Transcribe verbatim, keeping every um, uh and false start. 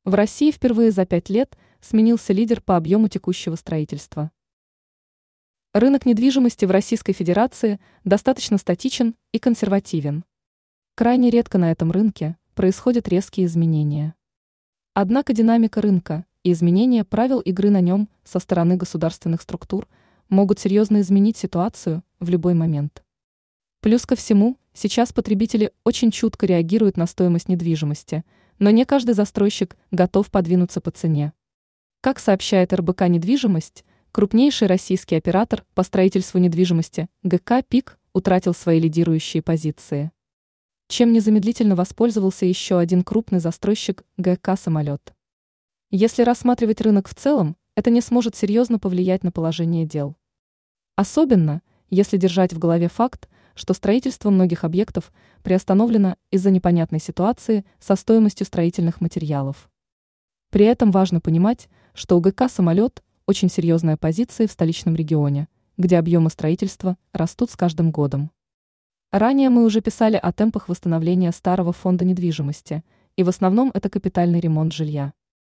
В России впервые за пять лет сменился лидер по объему текущего строительства. Рынок недвижимости в Российской Федерации достаточно статичен и консервативен. Крайне редко на этом рынке происходят резкие изменения. Однако динамика рынка и изменения правил игры на нем со стороны государственных структур могут серьезно изменить ситуацию в любой момент. Плюс ко всему, сейчас потребители очень чутко реагируют на стоимость недвижимости, но не каждый застройщик готов подвинуться по цене. Как сообщает эр бэ ка «Недвижимость», крупнейший российский оператор по строительству недвижимости гэ ка «Пик» утратил свои лидирующие позиции. Чем незамедлительно воспользовался еще один крупный застройщик гэ ка «Самолет». Если рассматривать рынок в целом, это не сможет серьезно повлиять на положение дел. Особенно, если держать в голове факт, что строительство многих объектов приостановлено из-за непонятной ситуации со стоимостью строительных материалов. При этом важно понимать, что у гэ ка «Самолет» очень серьезная позиция в столичном регионе, где объемы строительства растут с каждым годом. Ранее мы уже писали о темпах восстановления старого фонда недвижимости, и в основном это капитальный ремонт жилья.